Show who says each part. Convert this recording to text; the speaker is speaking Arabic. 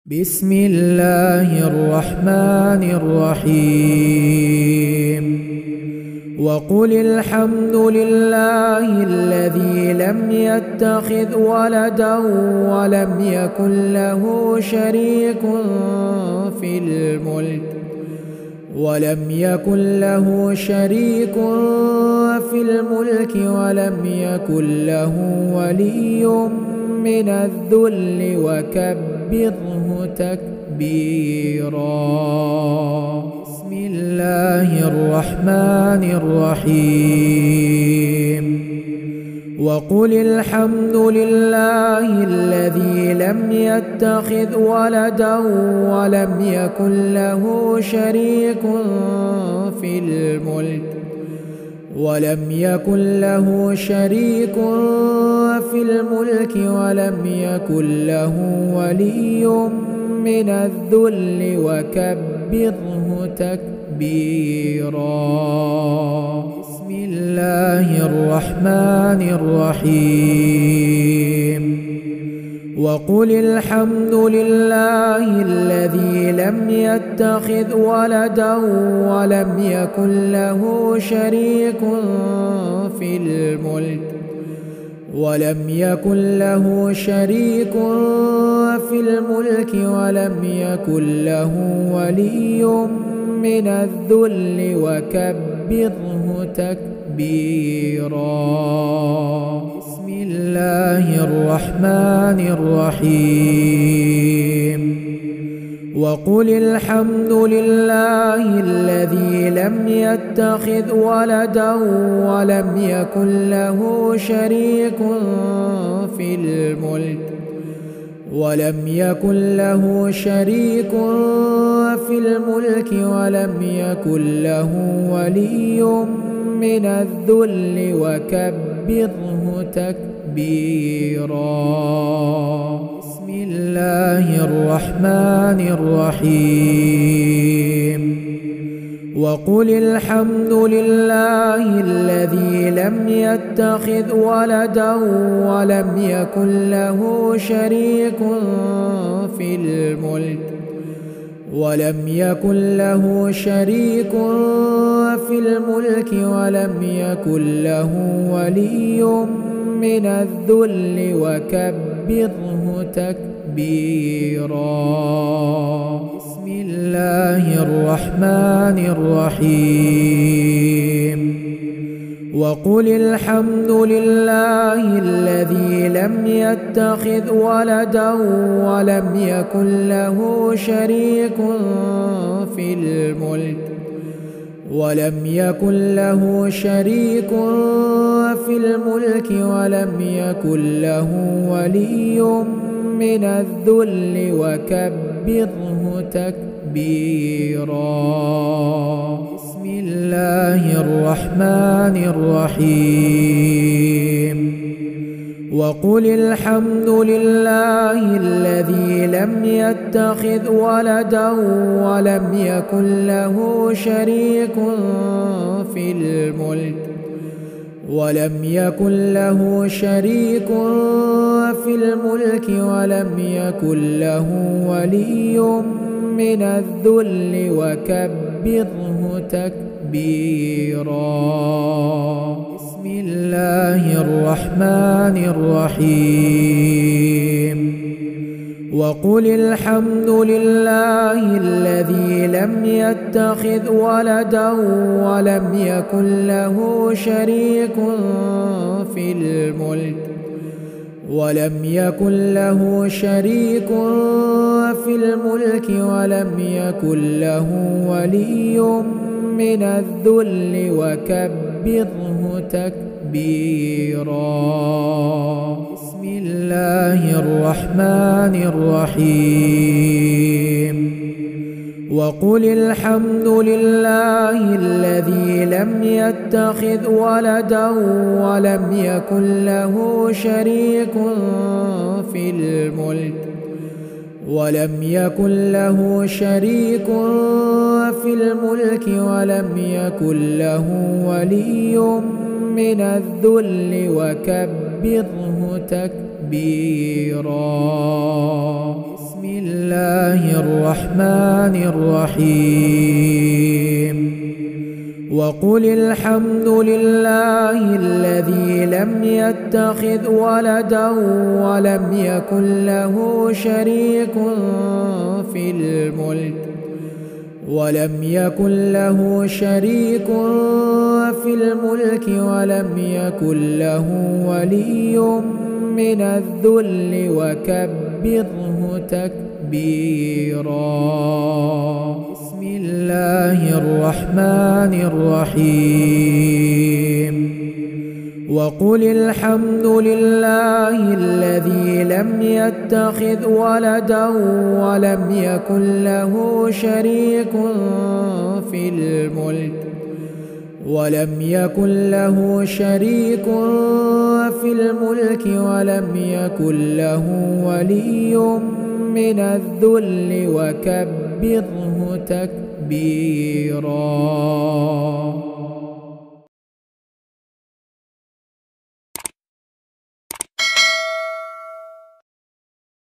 Speaker 1: بسم الله الرحمن الرحيم وقل الحمد لله الذي لم يتخذ ولدا ولم يكن له شريك في الملك ولم يكن له ولي من الذل وكبره تكبيرا. بسم الله الرحمن الرحيم وقل الحمد لله الذي لم يتخذ ولدا ولم يكن له شريك في الملك ولم يكن له ولي من الذل وكبره تكبيرا. بسم الله الرحمن الرحيم وقل الحمد لله الذي لم يتخذ ولدا ولم يكن له شريك في الملك ولم يكن له ولي من الذل وكبره تكبيرا. بسم الله الرحمن الرحيم وقل الحمد لله الذي لم يتخذ ولدا ولم يكن له شريك في الملك ولم يكن له ولي من الذل وكبره تكبيرا. بسم الله الرحمن الرحيم وقل الحمد لله الذي لم يتخذ ولدا ولم يكن له شريك في الملك ولم يكن له ولي من الذل وكبره تكبيرا. بسم الله الرحمن الرحيم وقل الحمد لله الذي لم يتخذ ولدا ولم يكن له شريك في الملك ولم يكن له ولي من الذل وكبره تكبيرا. بسم الله الرحمن الرحيم وقل الحمد لله الذي لم يتخذ ولدا ولم يكن له شريك في الملك ولم يكن له ولي من الذل وكبره تكبيرا. بسم الله الرحمن الرحيم وقل الحمد لله الذي لم يتخذ ولدا ولم يكن له شريك في الملك ولم يكن له ولي من الذل وكبره تكبيرا. بسم الله الرحمن الرحيم وقل الحمد لله الذي لم يتخذ ولدا ولم يكن له شريك في الملك ولم يكن له ولي من الذل وكبره تكبيرا. بسم الله الرحمن الرحيم وقل الحمد لله الذي لم يتخذ ولدا ولم يكن له شريك في الملك ولم ولم يكن له ولي من الذل وكبره تكبيرا. بسم الله الرحمن الرحيم وقل الحمد لله الذي لم يتخذ ولدا ولم يكن له شريك في الملك ولم يكن له ولي من الذل وكبره تكبيرا.